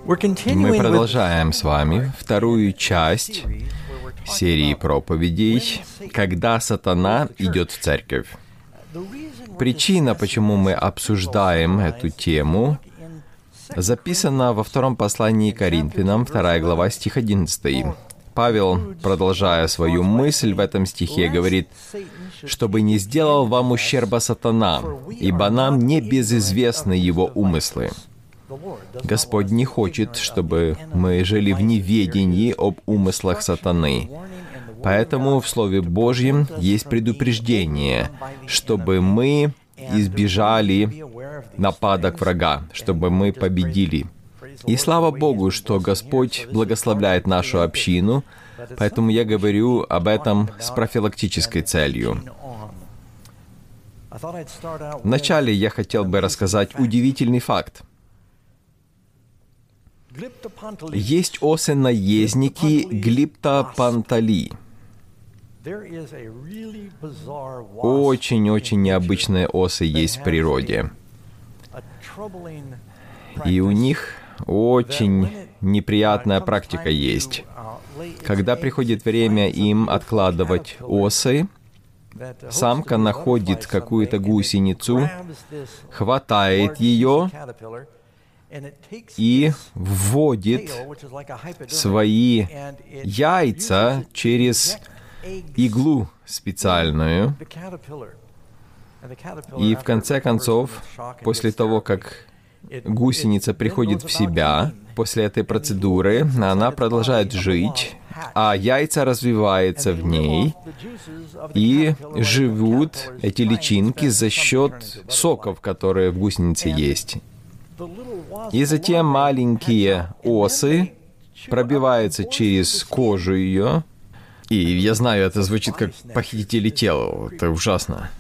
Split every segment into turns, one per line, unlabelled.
Мы продолжаем с вами вторую часть серии проповедей «Когда сатана идет в церковь». Причина, почему мы обсуждаем эту тему, записана во втором послании к Коринфянам, 2 глава, стих 11. Павел, продолжая свою мысль в этом стихе, говорит: «Чтобы не сделал вам ущерба сатана, ибо нам не безызвестны его умыслы». Господь не хочет, чтобы мы жили в неведении об умыслах сатаны. Поэтому в Слове Божьем есть предупреждение, чтобы мы избежали нападок врага, чтобы мы победили. И слава Богу, что Господь благословляет нашу общину, поэтому я говорю об этом с профилактической целью. Вначале я хотел бы рассказать удивительный факт. Есть осы-наездники глиптопантали. Очень-очень необычные осы есть в природе. И у них очень неприятная практика есть. Когда приходит время им откладывать осы, самка находит какую-то гусеницу, хватает ее и вводит свои яйца через иглу специальную. И в конце концов, после того, как гусеница приходит в себя, после этой процедуры, она продолжает жить, а яйца развиваются в ней, и живут эти личинки за счет соков, которые в гусенице есть. И затем маленькие осы пробиваются через кожу ее. И я знаю, это звучит как похитители тела. Это ужасно.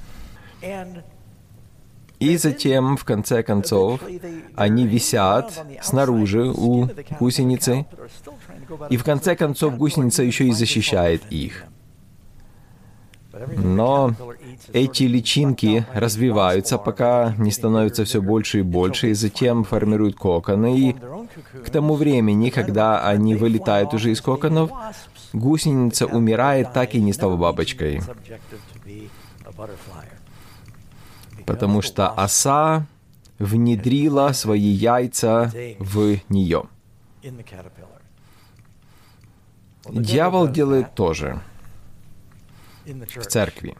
И затем, в конце концов, они висят снаружи у гусеницы. И в конце концов, гусеница еще и защищает их. Но эти личинки развиваются, пока не становятся все больше и больше, и затем формируют коконы. И к тому времени, когда они вылетают уже из коконов, гусеница умирает, так и не став бабочкой. Потому что оса внедрила свои яйца в нее. Дьявол делает то же в церкви.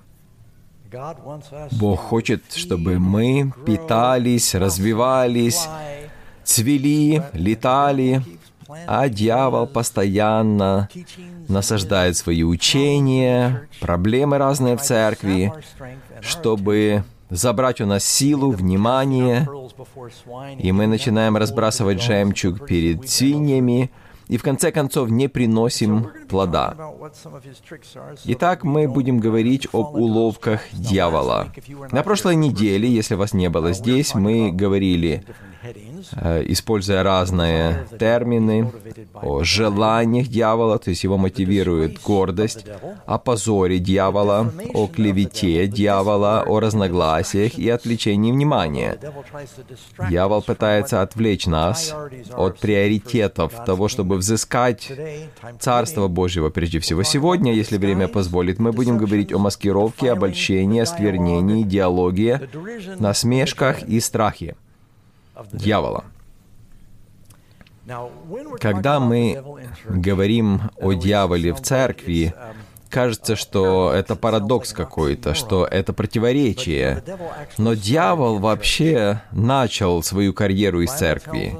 Бог хочет, чтобы мы питались, развивались, цвели, летали, а дьявол постоянно насаждает свои учения, проблемы разные в церкви, чтобы забрать у нас силу, внимание, и мы начинаем разбрасывать жемчуг перед свиньями, и в конце концов не приносим плода. Итак, мы будем говорить об уловках дьявола. На прошлой неделе, если вас не было здесь, мы говорили, используя разные термины, о желаниях дьявола, то есть его мотивирует гордость, о позоре дьявола, о клевете дьявола, о разногласиях и отвлечении внимания. Дьявол пытается отвлечь нас от приоритетов того, чтобы взыскать Царство Божьего прежде всего. Сегодня, если время позволит, мы будем говорить о маскировке, обольщении, осквернении, диалоге, насмешках и страхе дьявола. Когда мы говорим о дьяволе в церкви, кажется, что это парадокс какой-то, что это противоречие. Но дьявол вообще начал свою карьеру из церкви.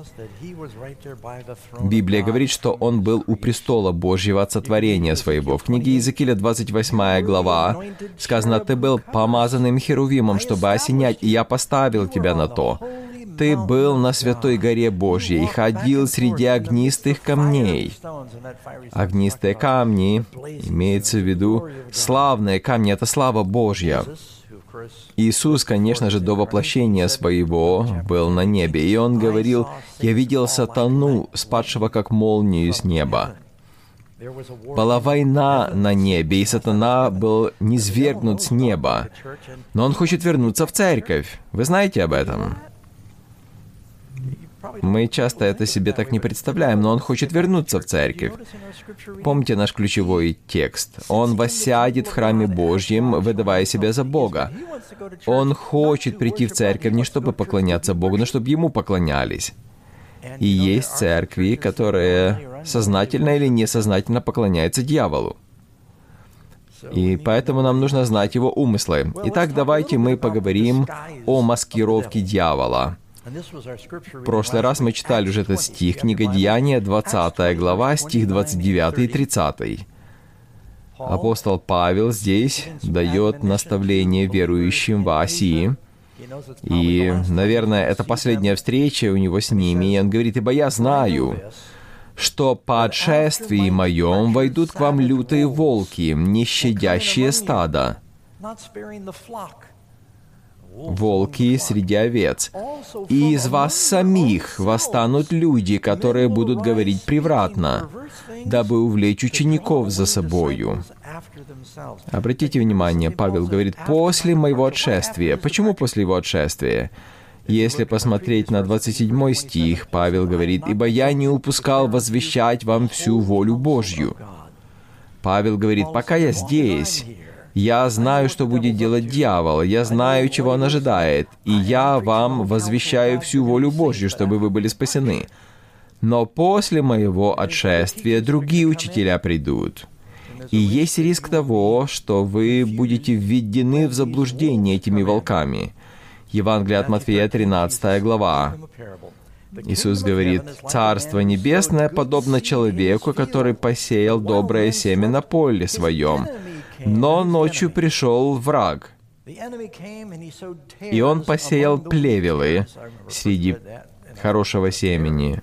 Библия говорит, что он был у престола Божьего от сотворения своего. В книге Иезекииля, 28 глава, сказано: «Ты был помазанным херувимом, чтобы осенять, и я поставил тебя на то. Ты был на святой горе Божьей и ходил среди огнистых камней». Огнистые камни, имеется в виду славные камни, это слава Божья. Иисус, конечно же, до воплощения Своего был на небе, и Он говорил: «Я видел сатану, спадшего как молнию с неба». Была война на небе, и сатана был низвергнут с неба. Но он хочет вернуться в церковь. Вы знаете об этом? Мы часто это себе так не представляем, но Он хочет вернуться в церковь. Помните наш ключевой текст? Он воссядет в храме Божьем, выдавая себя за Бога. Он хочет прийти в церковь не чтобы поклоняться Богу, но чтобы Ему поклонялись. И есть церкви, которые сознательно или несознательно поклоняются дьяволу. И поэтому нам нужно знать его умыслы. Итак, давайте мы поговорим о маскировке дьявола. В прошлый раз мы читали уже этот стих, книга Деяния, 20 глава, стих 29 и 30. Апостол Павел здесь дает наставление верующим в Асии. И, наверное, это последняя встреча у него с ними, и он говорит: «Ибо я знаю, что по отшествии моем войдут к вам лютые волки, не щадящие стада, волки среди овец. И из вас самих восстанут люди, которые будут говорить превратно, дабы увлечь учеников за собою». Обратите внимание, Павел говорит: «после моего отшествия». Почему после его отшествия? Если посмотреть на 27 стих, Павел говорит: «Ибо я не упускал возвещать вам всю волю Божью». Павел говорит: «Пока я здесь, я знаю, что будет делать дьявол, я знаю, чего он ожидает, и я вам возвещаю всю волю Божью, чтобы вы были спасены. Но после моего отшествия другие учителя придут. И есть риск того, что вы будете введены в заблуждение этими волками». Евангелие от Матфея, 13 глава. Иисус говорит: «Царство Небесное подобно человеку, который посеял доброе семя на поле своем. Но ночью пришел враг, и он посеял плевелы среди хорошего семени».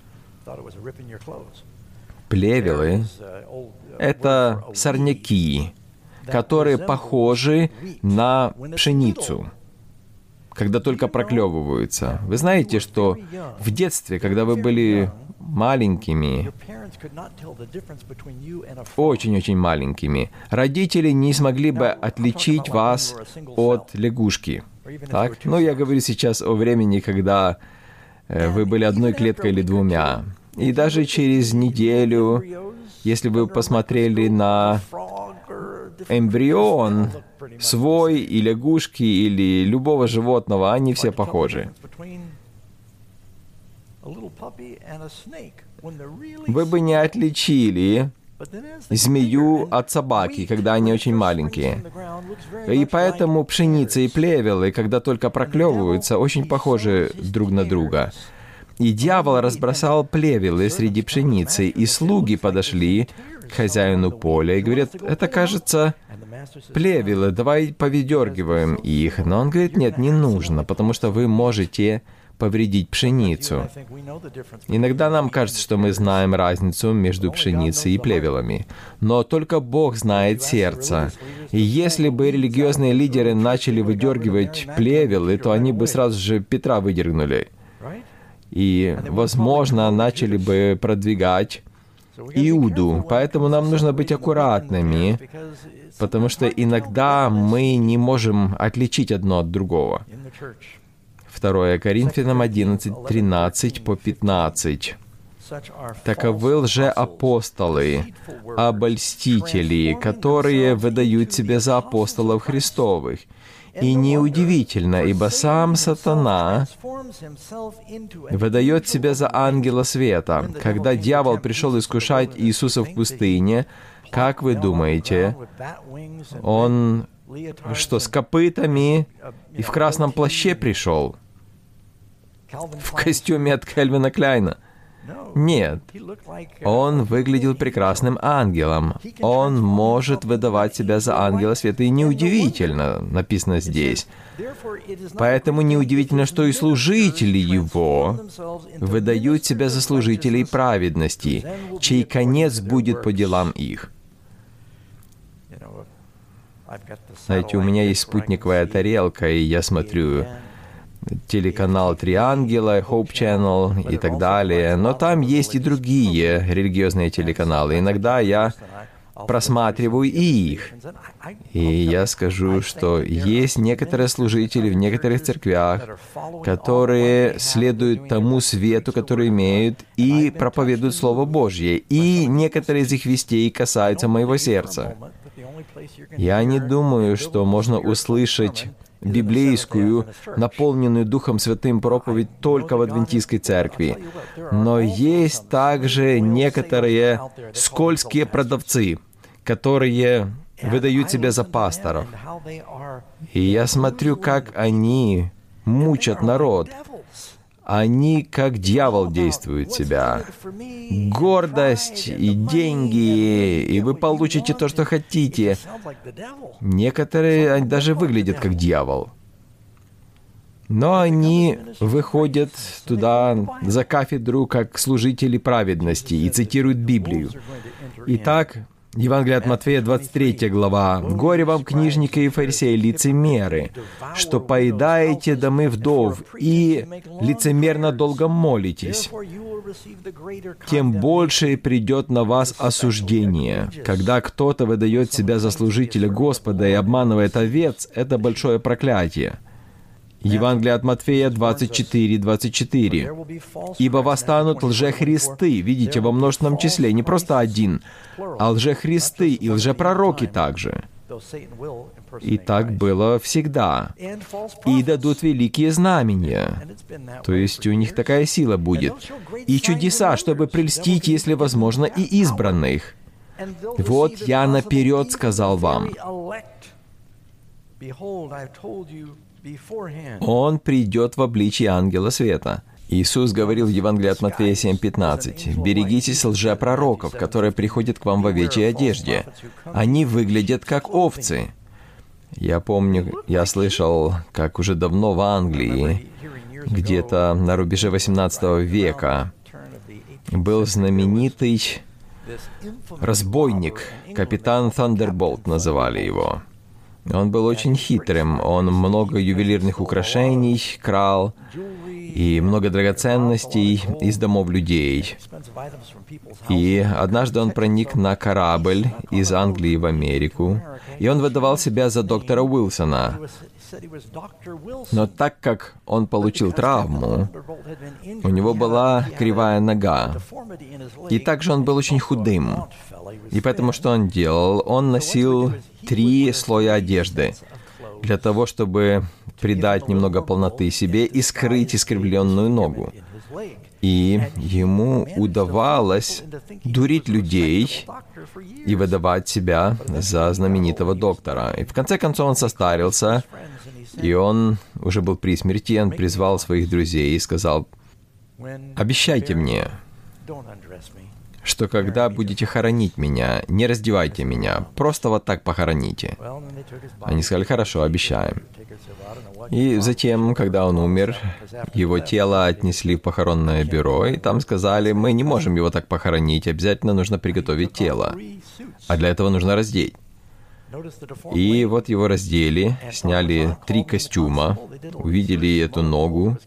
Плевелы — это сорняки, которые похожи на пшеницу, когда только проклевываются. Вы знаете, что в детстве, когда вы были маленькими, очень-очень маленькими, родители не смогли бы отличить вас от лягушки. Так? Ну, я говорю сейчас о времени, когда вы были одной клеткой или двумя. И даже через неделю, если вы посмотрели на эмбрион свой и лягушки, или любого животного, они все похожи. Вы бы не отличили змею от собаки, когда они очень маленькие. И поэтому пшеница и плевелы, когда только проклевываются, очень похожи друг на друга. И дьявол разбросал плевелы среди пшеницы, и слуги подошли к хозяину поля и говорят: «Это, кажется, плевелы, давай повыдергиваем их». Но он говорит: «Нет, не нужно, потому что вы можете повредить пшеницу». Иногда нам кажется, что мы знаем разницу между пшеницей и плевелами, но только Бог знает сердце. И если бы религиозные лидеры начали выдергивать плевелы, то они бы сразу же Петра выдернули. И, возможно, начали бы продвигать Иуду. Поэтому нам нужно быть аккуратными, потому что иногда мы не можем отличить одно от другого. 2 Коринфянам 11, 13 по 15. «Таковы лжеапостолы, обольстители, которые выдают себя за апостолов Христовых. И неудивительно, ибо сам сатана выдает себя за ангела света. Когда дьявол пришел искушать Иисуса в пустыне, как вы думаете, он что, с копытами и в красном плаще пришел? В костюме от Кельвина Кляйна? Нет. Он выглядел прекрасным ангелом. Он может выдавать себя за ангела света. И неудивительно, написано здесь. Поэтому неудивительно, что и служители его выдают себя за служителей праведности, чей конец будет по делам их. Знаете, у меня есть спутниковая тарелка, и я смотрю телеканал «Три ангела», Hope Channel и так далее. Но там есть и другие религиозные телеканалы. Иногда я просматриваю и их. И я скажу, что есть некоторые служители в некоторых церквях, которые следуют тому свету, который имеют, и проповедуют Слово Божье. И некоторые из их вестей касаются моего сердца. Я не думаю, что можно услышать библейскую, наполненную Духом Святым проповедь только в адвентистской церкви. Но есть также некоторые скользкие продавцы, которые выдают себя за пасторов. И я смотрю, как они мучат народ. Они, как дьявол, действуют себя. Гордость и деньги, и вы получите то, что хотите. Некоторые даже выглядят как дьявол. Но они выходят туда за кафедру как служители праведности и цитируют Библию. Итак, Евангелие от Матфея, 23 глава. «Горе вам, книжники и фарисеи, лицемеры, что поедаете домы вдов и лицемерно долго молитесь. Тем больше придет на вас осуждение. Когда кто-то выдает себя за служителя Господа и обманывает овец, это большое проклятие». Евангелие от Матфея 24:24. «Ибо восстанут лжехристы», видите, во множественном числе, не просто один, а лжехристы и лжепророки также. И так было всегда. «И дадут великие знамения». То есть у них такая сила будет. «И чудеса, чтобы прельстить, если возможно, и избранных. Вот я наперед сказал вам». Он придет в обличии ангела света. Иисус говорил в Евангелии от Матфея 7:15: «Берегитесь лжепророков, которые приходят к вам в овечьей одежде. Они выглядят как овцы». Я помню, я слышал, как уже давно в Англии, где-то на рубеже 18 века, был знаменитый разбойник, капитан Thunderbolt называли его. Он был очень хитрым, он много ювелирных украшений крал и много драгоценностей из домов людей. И однажды он проник на корабль из Англии в Америку, и он выдавал себя за доктора Уилсона. Но так как он получил травму, у него была кривая нога, и также он был очень худым. И поэтому что он делал? Он носил 3 слоя одежды для того, чтобы придать немного полноты себе и скрыть искривленную ногу. И ему удавалось дурить людей и выдавать себя за знаменитого доктора. И в конце концов он состарился, и он уже был при смерти, он призвал своих друзей и сказал: «Обещайте мне, что когда будете хоронить меня, не раздевайте меня, просто вот так похороните». Они сказали: «Хорошо, обещаем». И затем, когда он умер, его тело отнесли в похоронное бюро, и там сказали: «Мы не можем его так похоронить, обязательно нужно приготовить тело, а для этого нужно раздеть». И вот его раздели, сняли 3 костюма, увидели эту ногу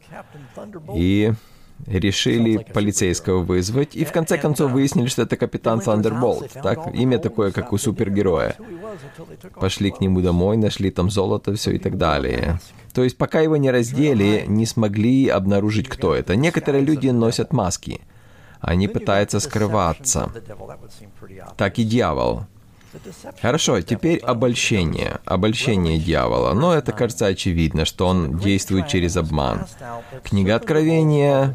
и решили полицейского вызвать, и в конце концов выяснили, что это капитан Thunderbolt. Так, имя такое, как у супергероя. Пошли к нему домой, нашли там золото, все и так далее. То есть, пока его не раздели, не смогли обнаружить, кто это. Некоторые люди носят маски. Они пытаются скрываться. Так и дьявол. Хорошо, теперь обольщение. Обольщение дьявола. Но это, кажется, очевидно, что он действует через обман. Книга Откровения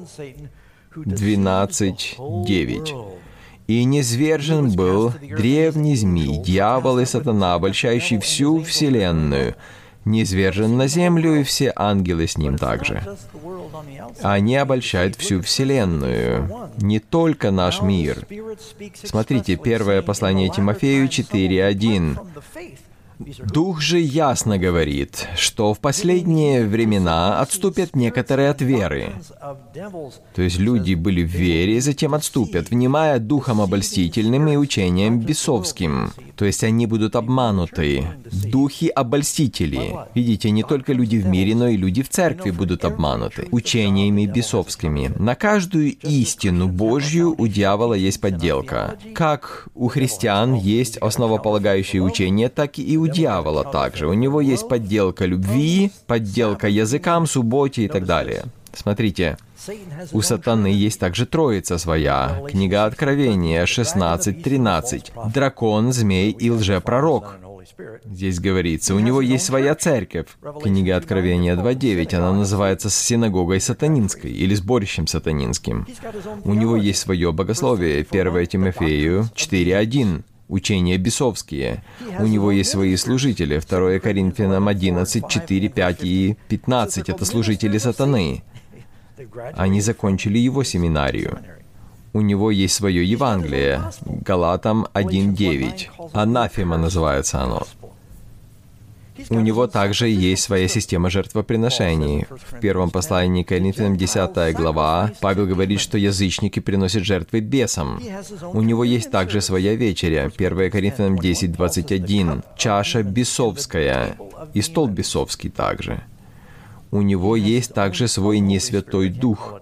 12:9. «И низвержен был древний змей, дьявол и сатана, обольщающий всю вселенную, низвержен на землю, и все ангелы с ним также». Они обольщают всю вселенную, не только наш мир. Смотрите, первое послание Тимофею 4:1. Дух же ясно говорит, что в последние времена отступят некоторые от веры. То есть люди были в вере, затем отступят, внимая духом обольстительным и учением бесовским. То есть они будут обмануты. Духи обольстители. Видите, не только люди в мире, но и люди в церкви будут обмануты. Учениями бесовскими. На каждую истину Божью у дьявола есть подделка. Как у христиан есть основополагающее учение, так и у дьявола также. У него есть подделка любви, подделка языкам, субботе и так далее. Смотрите, у сатаны есть также троица своя. Книга Откровения 16:13. Дракон, змей и лжепророк. Здесь говорится, у него есть своя церковь. Книга Откровения 2:9, она называется синагогой сатанинской или сборищем сатанинским. У него есть свое богословие, 1 Тимофею 4:1. Учения бесовские. У него есть свои служители, 2 Коринфянам 11, 4, 5 и 15. Это служители сатаны. Они закончили его семинарию. У него есть свое Евангелие, Галатам 1:9. Анафема называется оно. У него также есть своя система жертвоприношений. В первом послании к Коринфянам 10 глава Павел говорит, что язычники приносят жертвы бесам. У него есть также своя вечеря. 1 Коринфянам 10:21. Чаша бесовская и стол бесовский также. У него есть также свой несвятой дух.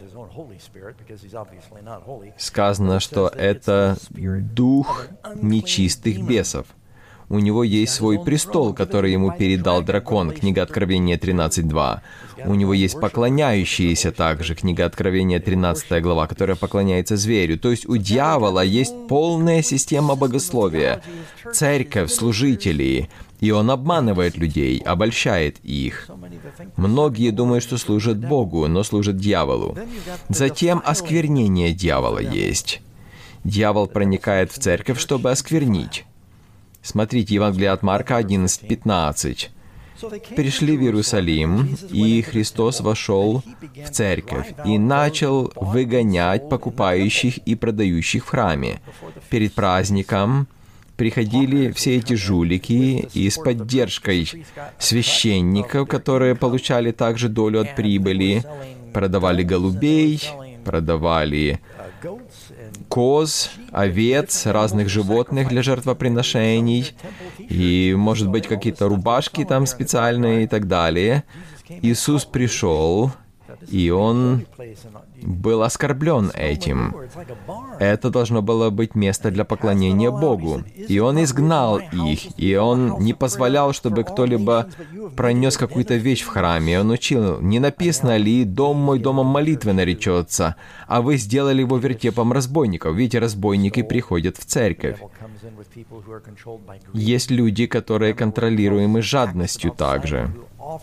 Сказано, что это дух нечистых бесов. У него есть свой престол, который ему передал дракон, книга Откровения 13:2. У него есть поклоняющиеся также, книга Откровения 13 глава, которая поклоняется зверю. То есть у дьявола есть полная система богословия, церковь, служители, и он обманывает людей, обольщает их. Многие думают, что служат Богу, но служат дьяволу. Затем осквернение дьявола есть. Дьявол проникает в церковь, чтобы осквернить. Смотрите, Евангелие от Марка 11:15. «Пришли в Иерусалим, и Христос вошел в церковь и начал выгонять покупающих и продающих в храме. Перед праздником приходили все эти жулики и с поддержкой священников, которые получали также долю от прибыли, продавали голубей, продавали коз, овец, разных животных для жертвоприношений, и, может быть, какие-то рубашки там специальные и так далее. Иисус пришел, и Он был оскорблен этим. Это должно было быть место для поклонения Богу. И Он изгнал их, и Он не позволял, чтобы кто-либо пронес какую-то вещь в храме. Он учил, не написано ли «Дом мой домом молитвы наречется», а вы сделали его вертепом разбойников. Видите, разбойники приходят в церковь. Есть люди, которые контролируемы жадностью также.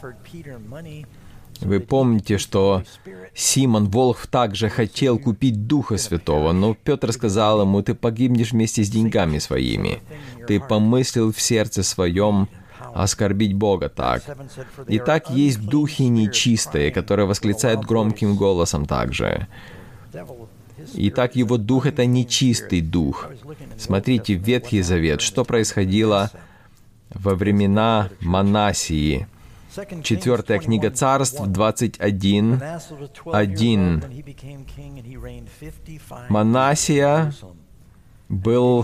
Вы помните, что Симон Волхв также хотел купить Духа Святого, но Петр сказал ему, «Ты погибнешь вместе с деньгами своими. Ты помыслил в сердце своем оскорбить Бога так». Итак, есть духи нечистые, которые восклицают громким голосом также. Итак, его дух — это нечистый дух. Смотрите, в Ветхий Завет, что происходило во времена Манассии. 4 книга Царств, 21:1. Манассия был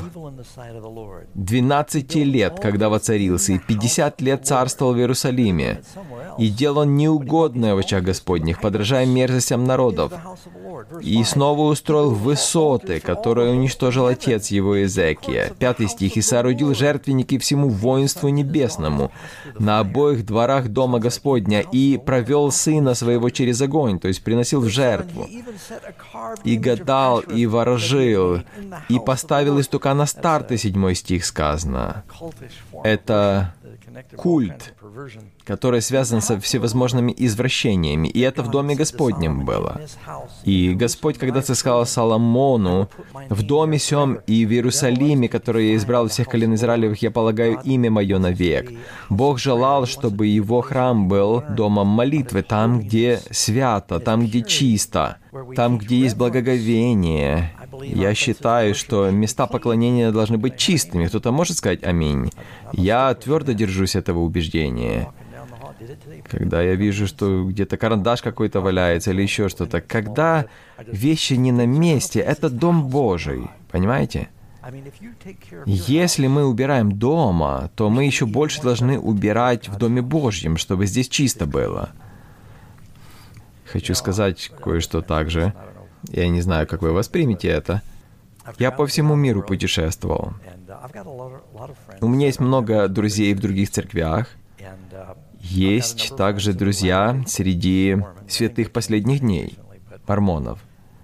12 лет, когда воцарился, и 50 лет царствовал в Иерусалиме. И делал он неугодное в очах Господних, подражая мерзостям народов. И снова устроил высоты, которые уничтожил отец его Иезекия. 5 стих. «И соорудил жертвенники всему воинству небесному на обоих дворах дома Господня, и провел сына своего через огонь», то есть приносил в жертву, «и гадал, и ворожил, и поставил истукана старты», 7 стих сказано. Это культ, который связан со всевозможными извращениями, и это в Доме Господнем было. И Господь когда-то сказал Соломону, «В доме сем и в Иерусалиме, который я избрал из всех колен Израилевых, я полагаю имя мое навек». Бог желал, чтобы его храм был домом молитвы, там, где свято, там, где чисто, там, где есть благоговение. Я считаю, что места поклонения должны быть чистыми. Кто-то может сказать «Аминь». Я твердо держусь этого убеждения. Когда я вижу, что где-то карандаш какой-то валяется или еще что-то, когда вещи не на месте, это Дом Божий, понимаете? Если мы убираем дома, то мы еще больше должны убирать в Доме Божьем, чтобы здесь чисто было. Хочу сказать кое-что также. Я не знаю, как вы воспримете это. Я по всему миру путешествовал. У меня есть много друзей в других церквях. Есть также друзья среди святых последних дней, мормонов.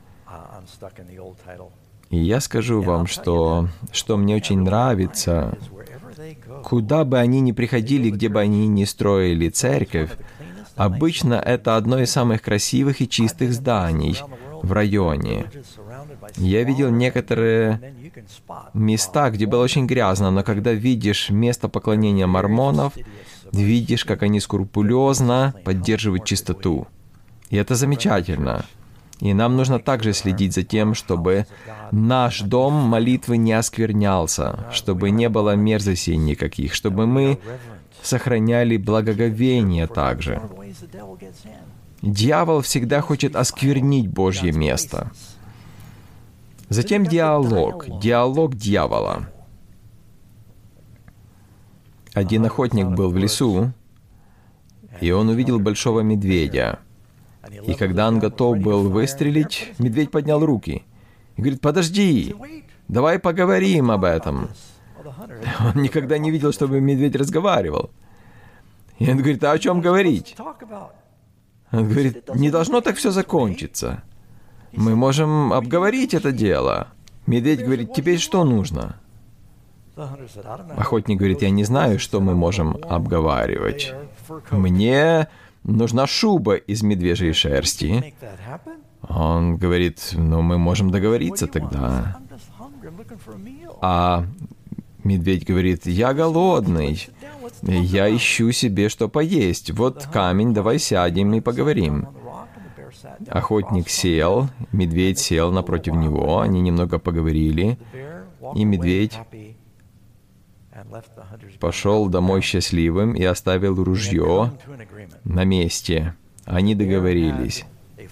И я скажу вам, что мне очень нравится, куда бы они ни приходили, где бы они ни строили церковь, обычно это одно из самых красивых и чистых зданий в районе. Я видел некоторые места, где было очень грязно, но когда видишь место поклонения мормонов, видишь, как они скрупулезно поддерживают чистоту. И это замечательно. И нам нужно также следить за тем, чтобы наш дом молитвы не осквернялся, чтобы не было мерзостей никаких, чтобы мы сохраняли благоговение также. Дьявол всегда хочет осквернить Божье место. Затем диалог дьявола. Один охотник был в лесу, и он увидел большого медведя. И когда он готов был выстрелить, медведь поднял руки и говорит: «Подожди, давай поговорим об этом». Он никогда не видел, чтобы медведь разговаривал. И он говорит: «А о чем говорить?» Он говорит: «Не должно так все закончиться. Мы можем обговорить это дело». Медведь говорит: «Тебе что нужно?» Охотник говорит: «Я не знаю, что мы можем обговаривать. Мне нужна шуба из медвежьей шерсти». Он говорит: «Ну, мы можем договориться тогда». А медведь говорит: «Я голодный. Я ищу себе что поесть. Вот камень, давай сядем и поговорим». Охотник сел, медведь сел напротив него, они немного поговорили, и медведь пошел домой счастливым и оставил ружье на месте. Они договорились.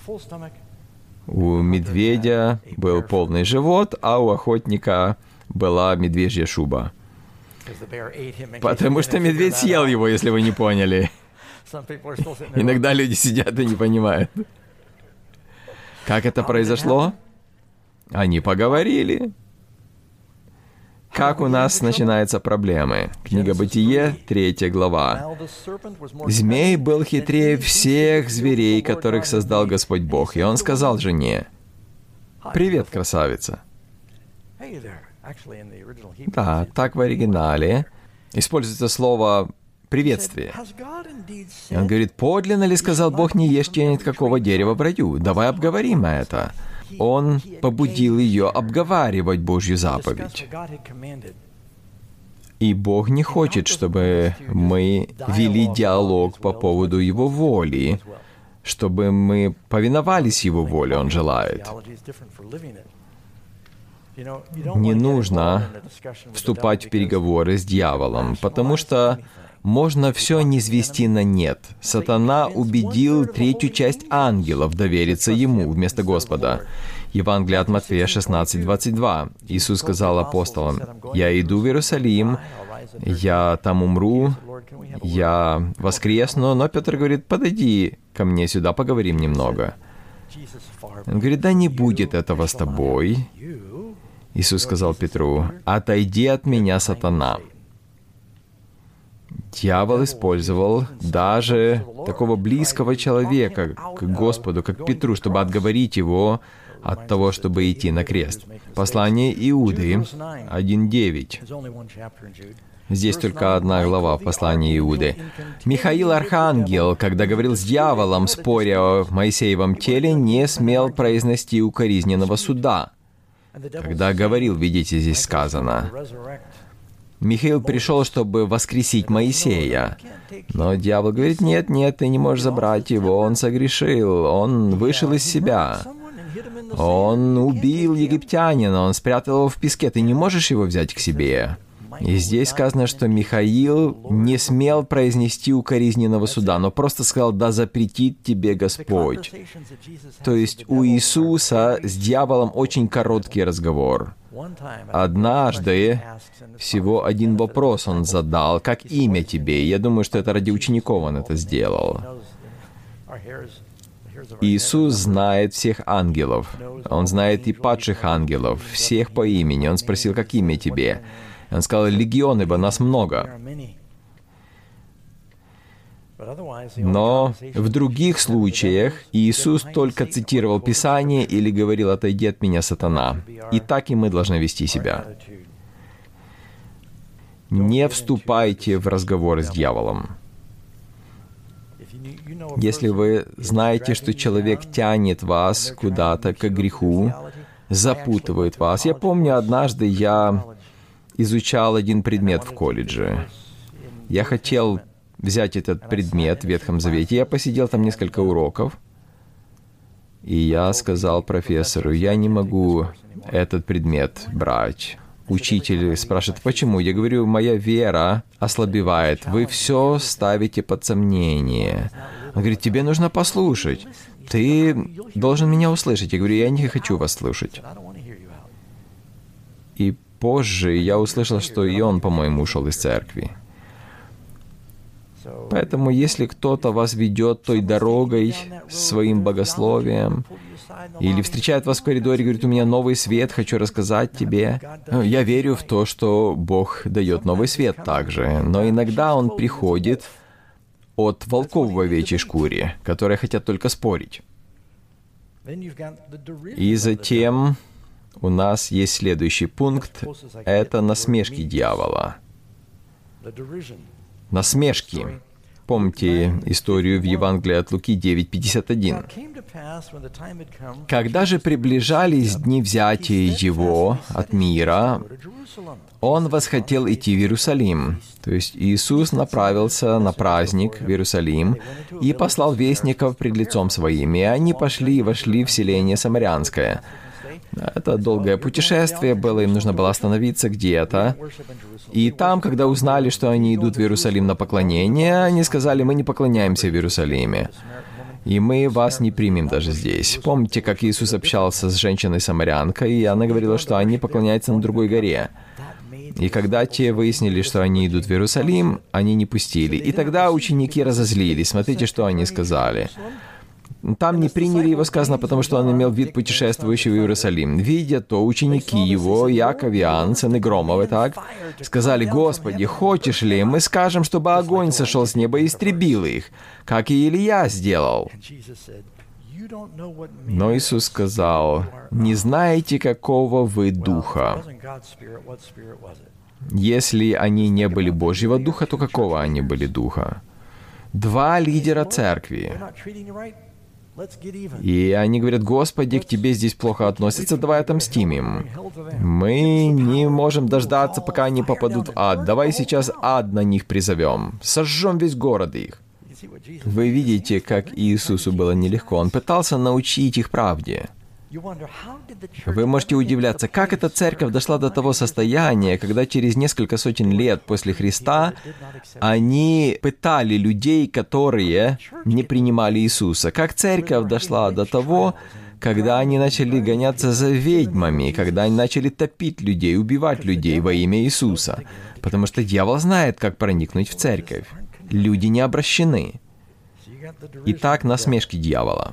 У медведя был полный живот, а у охотника была медвежья шуба. Потому что медведь съел его, если вы не поняли. Иногда люди сидят и не понимают. Как это произошло? Они поговорили. Как у нас начинаются проблемы? Книга Бытие, 3 глава. «Змей был хитрее всех зверей, которых создал Господь Бог. И он сказал жене: „Привет, красавица“». Да, так в оригинале используется слово «приветствие». Он говорит: «Подлинно ли сказал Бог, не ешьте ни от какого дерева в раю? Давай обговорим это». Он побудил ее обговаривать Божью заповедь. И Бог не хочет, чтобы мы вели диалог по поводу Его воли, чтобы мы повиновались Его воле, Он желает. Не нужно вступать в переговоры с дьяволом, потому что можно все низвести на нет. Сатана убедил третью часть ангелов довериться ему вместо Господа. Евангелие от Матфея 16:22. Иисус сказал апостолам: «Я иду в Иерусалим, я там умру, я воскресну». Но Петр говорит: «Подойди ко мне сюда, поговорим немного». Он говорит: «Да не будет этого с тобой». Иисус сказал Петру: «Отойди от меня, сатана». Дьявол использовал даже такого близкого человека к Господу, как Петру, чтобы отговорить его от того, чтобы идти на крест. Послание Иуды 1:9. Здесь только одна глава в послании Иуды. «Михаил Архангел, когда говорил с дьяволом, споря о Моисеевом теле, не смел произнести укоризненного суда». Когда говорил, видите, здесь сказано. Михаил пришел, чтобы воскресить Моисея. Но дьявол говорит: «Нет, ты не можешь забрать его, он согрешил, он вышел из себя». Он убил египтянина, он спрятал его в песке, ты не можешь его взять к себе. И здесь сказано, что Михаил не смел произнести укоризненного суда, но просто сказал: «Да запретит тебе Господь». То есть у Иисуса с дьяволом очень короткий разговор. Однажды всего один вопрос он задал: «Как имя тебе?» Я думаю, что это ради учеников он это сделал. Иисус знает всех ангелов. Он знает и падших ангелов, всех по имени. Он спросил: «Как имя тебе?» Он сказал: «Легион, ибо нас много». Но в других случаях Иисус только цитировал Писание или говорил: «Отойди от меня, сатана». И так и мы должны вести себя. Не вступайте в разговор с дьяволом. Если вы знаете, что человек тянет вас куда-то к греху, запутывает вас. Я помню, однажды я изучал один предмет в колледже. Я хотел взять этот предмет в Ветхом Завете. Я посидел там несколько уроков, и я сказал профессору: «Я не могу этот предмет брать». Учитель спрашивает: «Почему?» Я говорю: «Моя вера ослабевает. Вы все ставите под сомнение». Он говорит: «Тебе нужно послушать. Ты должен меня услышать». Я говорю: «Я не хочу вас слушать». И позже я услышал, что и он, по-моему, ушел из церкви. Поэтому, если кто-то вас ведет той дорогой, своим богословием, или встречает вас в коридоре и говорит: «У меня новый свет, хочу рассказать тебе». Я верю в то, что Бог дает новый свет также, но иногда он приходит от волков в овечьей шкуре, которые хотят только спорить. И затем у нас есть следующий пункт — это насмешки дьявола. Насмешки. Помните историю в Евангелии от Луки 9:51. «Когда же приближались дни взятия его от мира, он восхотел идти в Иерусалим». То есть Иисус направился на праздник в Иерусалим и послал вестников пред лицом своим, и они пошли и вошли в селение Самарянское. Это долгое путешествие было, им нужно было остановиться где-то. И там, когда узнали, что они идут в Иерусалим на поклонение, они сказали: «Мы не поклоняемся в Иерусалиме, и мы вас не примем даже здесь». Помните, как Иисус общался с женщиной-самарянкой, и она говорила, что они поклоняются на другой горе. И когда те выяснили, что они идут в Иерусалим, они не пустили. И тогда ученики разозлились. Смотрите, что они сказали. Там не приняли его, сказано, потому что он имел вид путешествующего в Иерусалим. Видя то, ученики его, Иаков, Иоанн, сыны Громовы, так, сказали: «Господи, хочешь ли, мы скажем, чтобы огонь сошел с неба и истребил их, как и Илия сделал?» Но Иисус сказал: «Не знаете, какого вы духа. Если они не были Божьего духа, то какого они были духа?» Два лидера церкви. И они говорят: «Господи, к тебе здесь плохо относятся, давай отомстим им. Мы не можем дождаться, пока они попадут в ад. Давай сейчас ад на них призовем. Сожжем весь город их». Вы видите, как Иисусу было нелегко. Он пытался научить их правде. Вы можете удивляться, как эта церковь дошла до того состояния, когда через несколько сотен лет после Христа они пытали людей, которые не принимали Иисуса. Как церковь дошла до того, когда они начали гоняться за ведьмами, когда они начали топить людей, убивать людей во имя Иисуса. Потому что дьявол знает, как проникнуть в церковь. Люди не обращены. Итак, насмешки дьявола.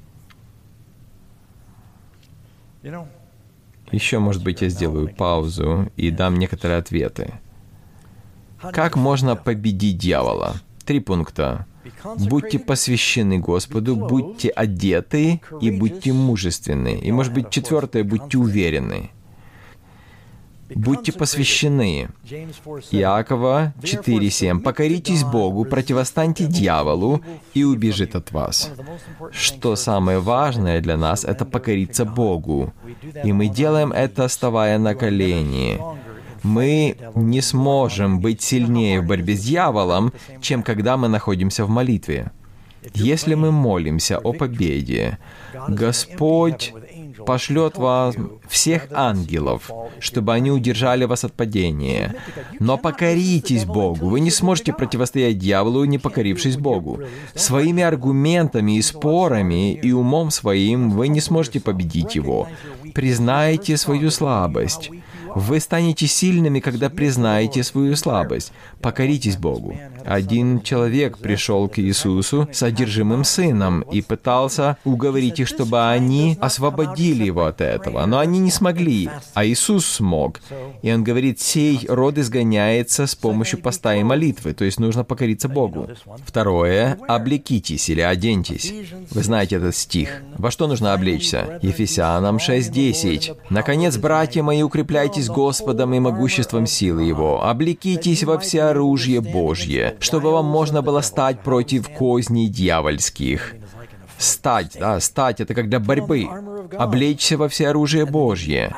Еще, может быть, я сделаю паузу и дам некоторые ответы. Как можно победить дьявола? 3 пункта. Будьте посвящены Господу, будьте одеты и будьте мужественны. И, может быть, 4, будьте уверены. Будьте посвящены. Иакова 4:7. «Покоритесь Богу, противостаньте дьяволу, и убежит от вас». Что самое важное для нас — это покориться Богу. И мы делаем это, вставая на колени. Мы не сможем быть сильнее в борьбе с дьяволом, чем когда мы находимся в молитве. Если мы молимся о победе, Господь пошлет вам всех ангелов, чтобы они удержали вас от падения. Но покоритесь Богу. Вы не сможете противостоять дьяволу, не покорившись Богу. Своими аргументами и спорами и умом своим вы не сможете победить его. Признайте свою слабость. Вы станете сильными, когда признаете свою слабость. Покоритесь Богу. Один человек пришел к Иисусу с одержимым сыном и пытался уговорить их, чтобы они освободили его от этого. Но они не смогли, а Иисус смог. И он говорит, сей род изгоняется с помощью поста и молитвы, то есть нужно покориться Богу. Второе, облекитесь или оденьтесь. Вы знаете этот стих. Во что нужно облечься? Ефесянам 6:10. Наконец, братья мои, укрепляйтесь Господом и могуществом силы Его. Облекитесь во всеоружие Божье, чтобы вам можно было стать против козней дьявольских. Стать, стать — это как для борьбы. Облечься во всеоружие Божье.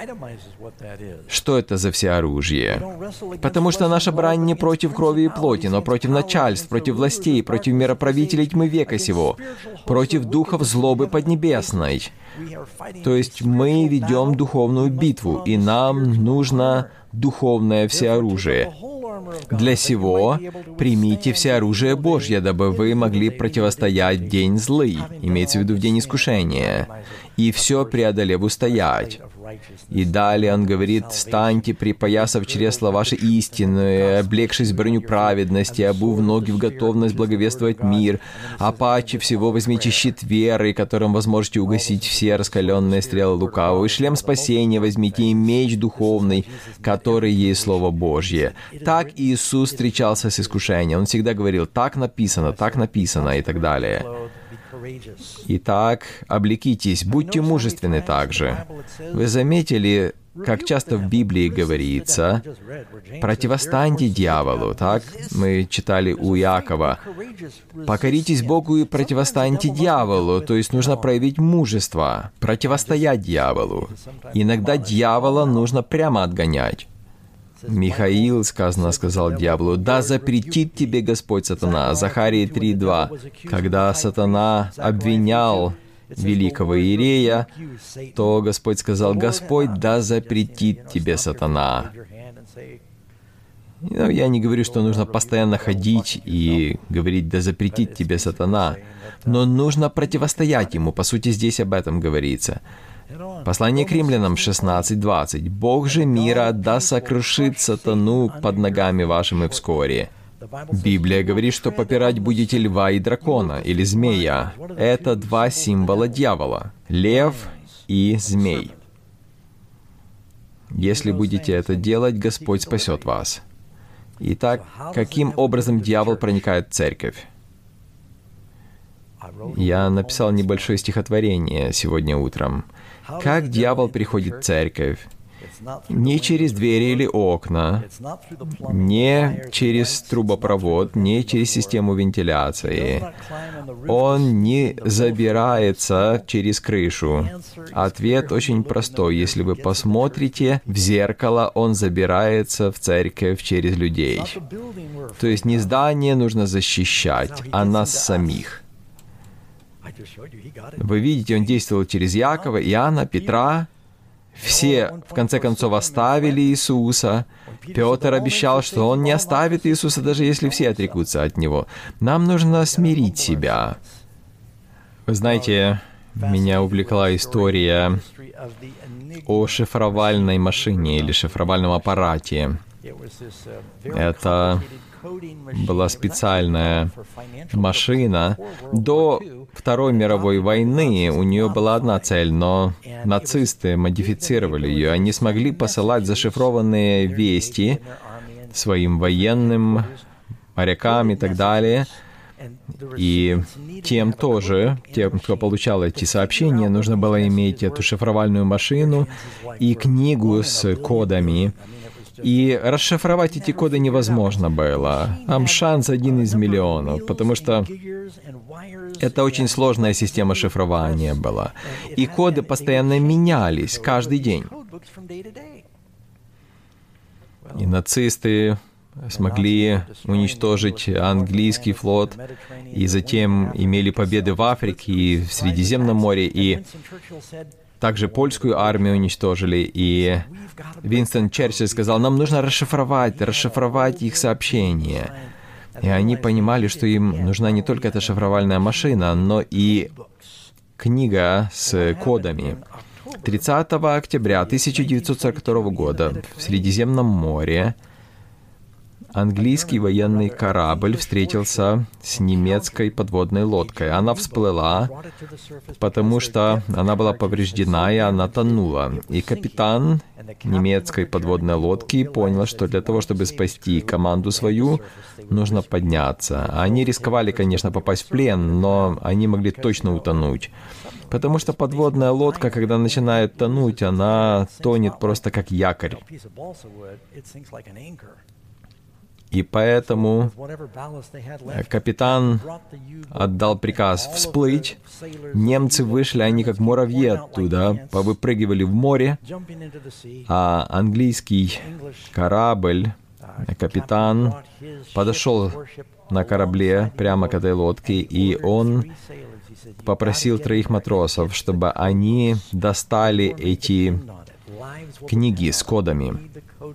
Что это за всеоружие? Потому что наша брань не против крови и плоти, но против начальств, против властей, против мироправителей тьмы века сего, против духов злобы поднебесной. То есть мы ведем духовную битву, и нам нужно духовное всеоружие. Для сего примите всеоружие Божье, дабы вы могли противостоять в день злый, имеется в виду в день искушения, и все преодолев устоять. И далее он говорит, «Станьте, припоясав чресла ваши истины, облегшись броню праведности, обув ноги в готовность благовествовать мир, а паче всего возьмите щит веры, которым вы сможете угасить все раскаленные стрелы лукавого, и шлем спасения возьмите, и меч духовный, который есть Слово Божье». Так Иисус встречался с искушением. Он всегда говорил, так написано, и так далее. Итак, облекитесь, будьте мужественны также. Вы заметили, как часто в Библии говорится, противостаньте дьяволу, так? Мы читали у Иакова. Покоритесь Богу и противостаньте дьяволу, то есть нужно проявить мужество, противостоять дьяволу. Иногда дьявола нужно прямо отгонять. Михаил, сказал дьяволу, «Да запретит тебе Господь сатана». Захарии 3:2. Когда сатана обвинял великого иерея, то Господь сказал, «Господь, да запретит тебе сатана». Я не говорю, что нужно постоянно ходить и говорить, «Да запретит тебе сатана», но нужно противостоять ему. По сути, здесь об этом говорится. Послание к Римлянам 16:20. «Бог же мира да сокрушит сатану под ногами вашими вскоре». Библия говорит, что попирать будете льва и дракона, или змея. Это два символа дьявола — лев и змей. Если будете это делать, Господь спасет вас. Итак, каким образом дьявол проникает в церковь? Я написал небольшое стихотворение сегодня утром. Как дьявол приходит в церковь? Не через двери или окна, не через трубопровод, не через систему вентиляции. Он не забирается через крышу. Ответ очень простой. Если вы посмотрите в зеркало, он забирается в церковь через людей. То есть не здание нужно защищать, а нас самих. Вы видите, он действовал через Иакова, Иоанна, Петра. Все, в конце концов, оставили Иисуса. Петр обещал, что он не оставит Иисуса, даже если все отрекутся от Него. Нам нужно смирить себя. Вы знаете, меня увлекла история о шифровальной машине или шифровальном аппарате. Это была специальная машина. До Второй мировой войны у нее была одна цель, но нацисты модифицировали ее. Они смогли посылать зашифрованные вести своим военным, морякам и так далее. И тем тоже, тем, кто получал эти сообщения, нужно было иметь эту шифровальную машину и книгу с кодами. И расшифровать эти коды невозможно было. Там шанс 1 из миллионов, потому что это очень сложная система шифрования была. И коды постоянно менялись каждый день. И нацисты смогли уничтожить английский флот, и затем имели победы в Африке и в Средиземном море. И Также польскую армию уничтожили, и Винстон Черчилль сказал, нам нужно расшифровать их сообщения. И они понимали, что им нужна не только эта шифровальная машина, но и книга с кодами. 30 октября 1942 года в Средиземном море английский военный корабль встретился с немецкой подводной лодкой. Она всплыла, потому что она была повреждена, и она тонула. И капитан немецкой подводной лодки понял, что для того, чтобы спасти команду свою, нужно подняться. Они рисковали, конечно, попасть в плен, но они могли точно утонуть. Потому что подводная лодка, когда начинает тонуть, она тонет просто как якорь. И поэтому капитан отдал приказ всплыть. Немцы вышли, они как муравьи оттуда, повыпрыгивали в море, а английский корабль, капитан, подошел на корабле прямо к этой лодке, и он попросил 3 матросов, чтобы они достали эти книги с кодами.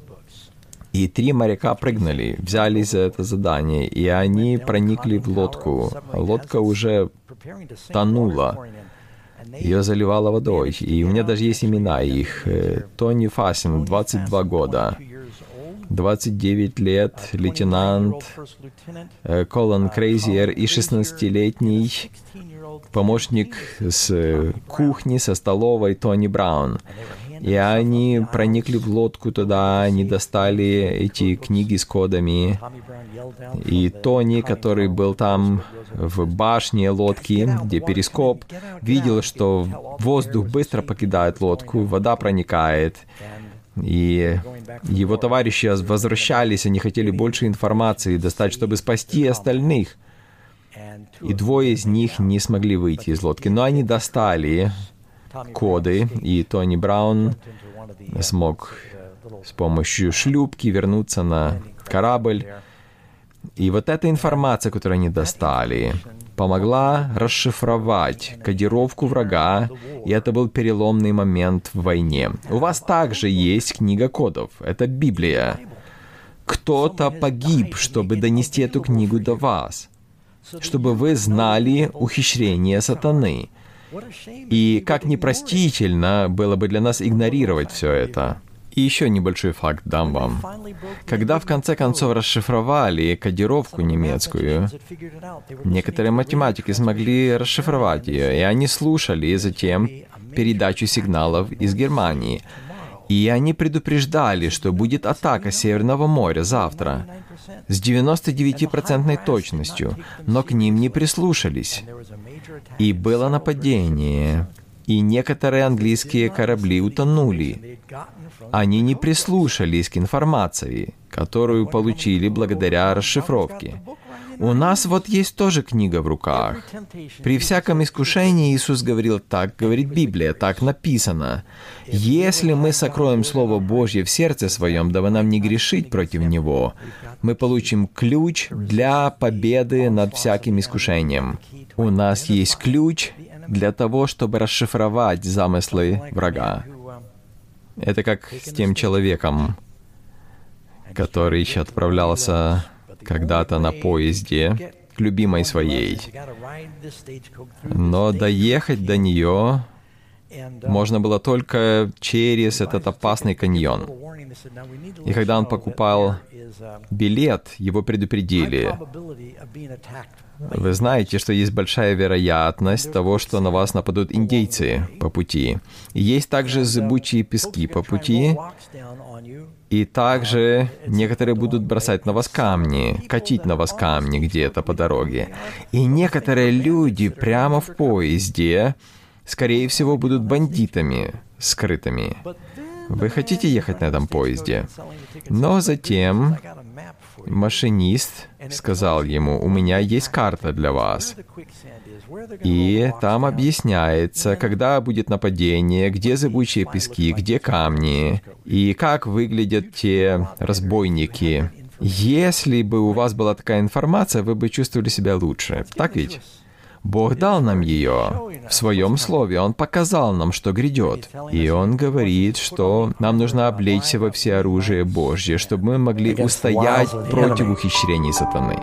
И 3 моряка прыгнули, взялись за это задание, и они проникли в лодку. Лодка уже тонула, ее заливало водой. И у меня даже есть имена их. Тони Фасин, 22 года. 29 лет, лейтенант Колин Крейзиер и 16-летний помощник с кухни, со столовой Тони Браун. И они проникли в лодку туда, они достали эти книги с кодами. И Тони, который был там в башне лодки, где перископ, видел, что воздух быстро покидает лодку, вода проникает. И его товарищи возвращались, они хотели больше информации достать, чтобы спасти остальных. И 2 из них не смогли выйти из лодки, но они достали коды, и Тони Браун смог с помощью шлюпки вернуться на корабль. И вот эта информация, которую они достали, помогла расшифровать кодировку врага, и это был переломный момент в войне. У вас также есть книга кодов, это Библия. Кто-то погиб, чтобы донести эту книгу до вас, чтобы вы знали ухищрения сатаны. И как непростительно было бы для нас игнорировать все это. И еще небольшой факт дам вам. Когда в конце концов расшифровали кодировку немецкую, некоторые математики смогли расшифровать ее, и они слушали затем передачу сигналов из Германии. И они предупреждали, что будет атака Северного моря завтра с 99% точностью, но к ним не прислушались. И было нападение, и некоторые английские корабли утонули. Они не прислушались к информации, которую получили благодаря расшифровке. У нас вот есть тоже книга в руках. При всяком искушении Иисус говорил, так говорит Библия, так написано. Если мы сокроем Слово Божье в сердце своем, дабы нам не грешить против Него, мы получим ключ для победы над всяким искушением. У нас есть ключ для того, чтобы расшифровать замыслы врага. Это как с тем человеком, который еще отправлялся когда-то на поезде к любимой своей. Но доехать до нее можно было только через этот опасный каньон. И когда он покупал билет, его предупредили. Вы знаете, что есть большая вероятность того, что на вас нападут индейцы по пути. И есть также зыбучие пески по пути. И также некоторые будут бросать на вас камни, катить на вас камни где-то по дороге. И некоторые люди прямо в поезде, скорее всего, будут бандитами скрытыми. Вы хотите ехать на этом поезде? Но затем машинист сказал ему, у меня есть карта для вас. И там объясняется, когда будет нападение, где зыбучие пески, где камни, и как выглядят те разбойники. Если бы у вас была такая информация, вы бы чувствовали себя лучше. Так ведь? Бог дал нам ее в Своем Слове. Он показал нам, что грядет. И Он говорит, что нам нужно облечься во всеоружие Божье, чтобы мы могли устоять против ухищрений сатаны.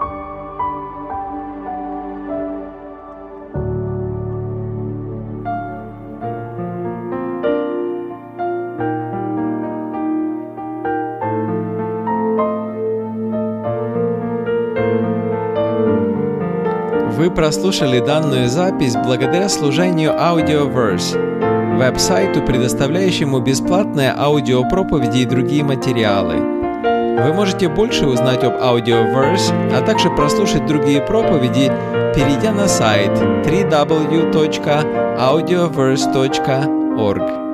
Вы прослушали данную запись благодаря служению Audioverse, веб-сайту, предоставляющему бесплатные аудиопроповеди и другие материалы. Вы можете больше узнать об Audioverse, а также прослушать другие проповеди, перейдя на сайт www.audioverse.org.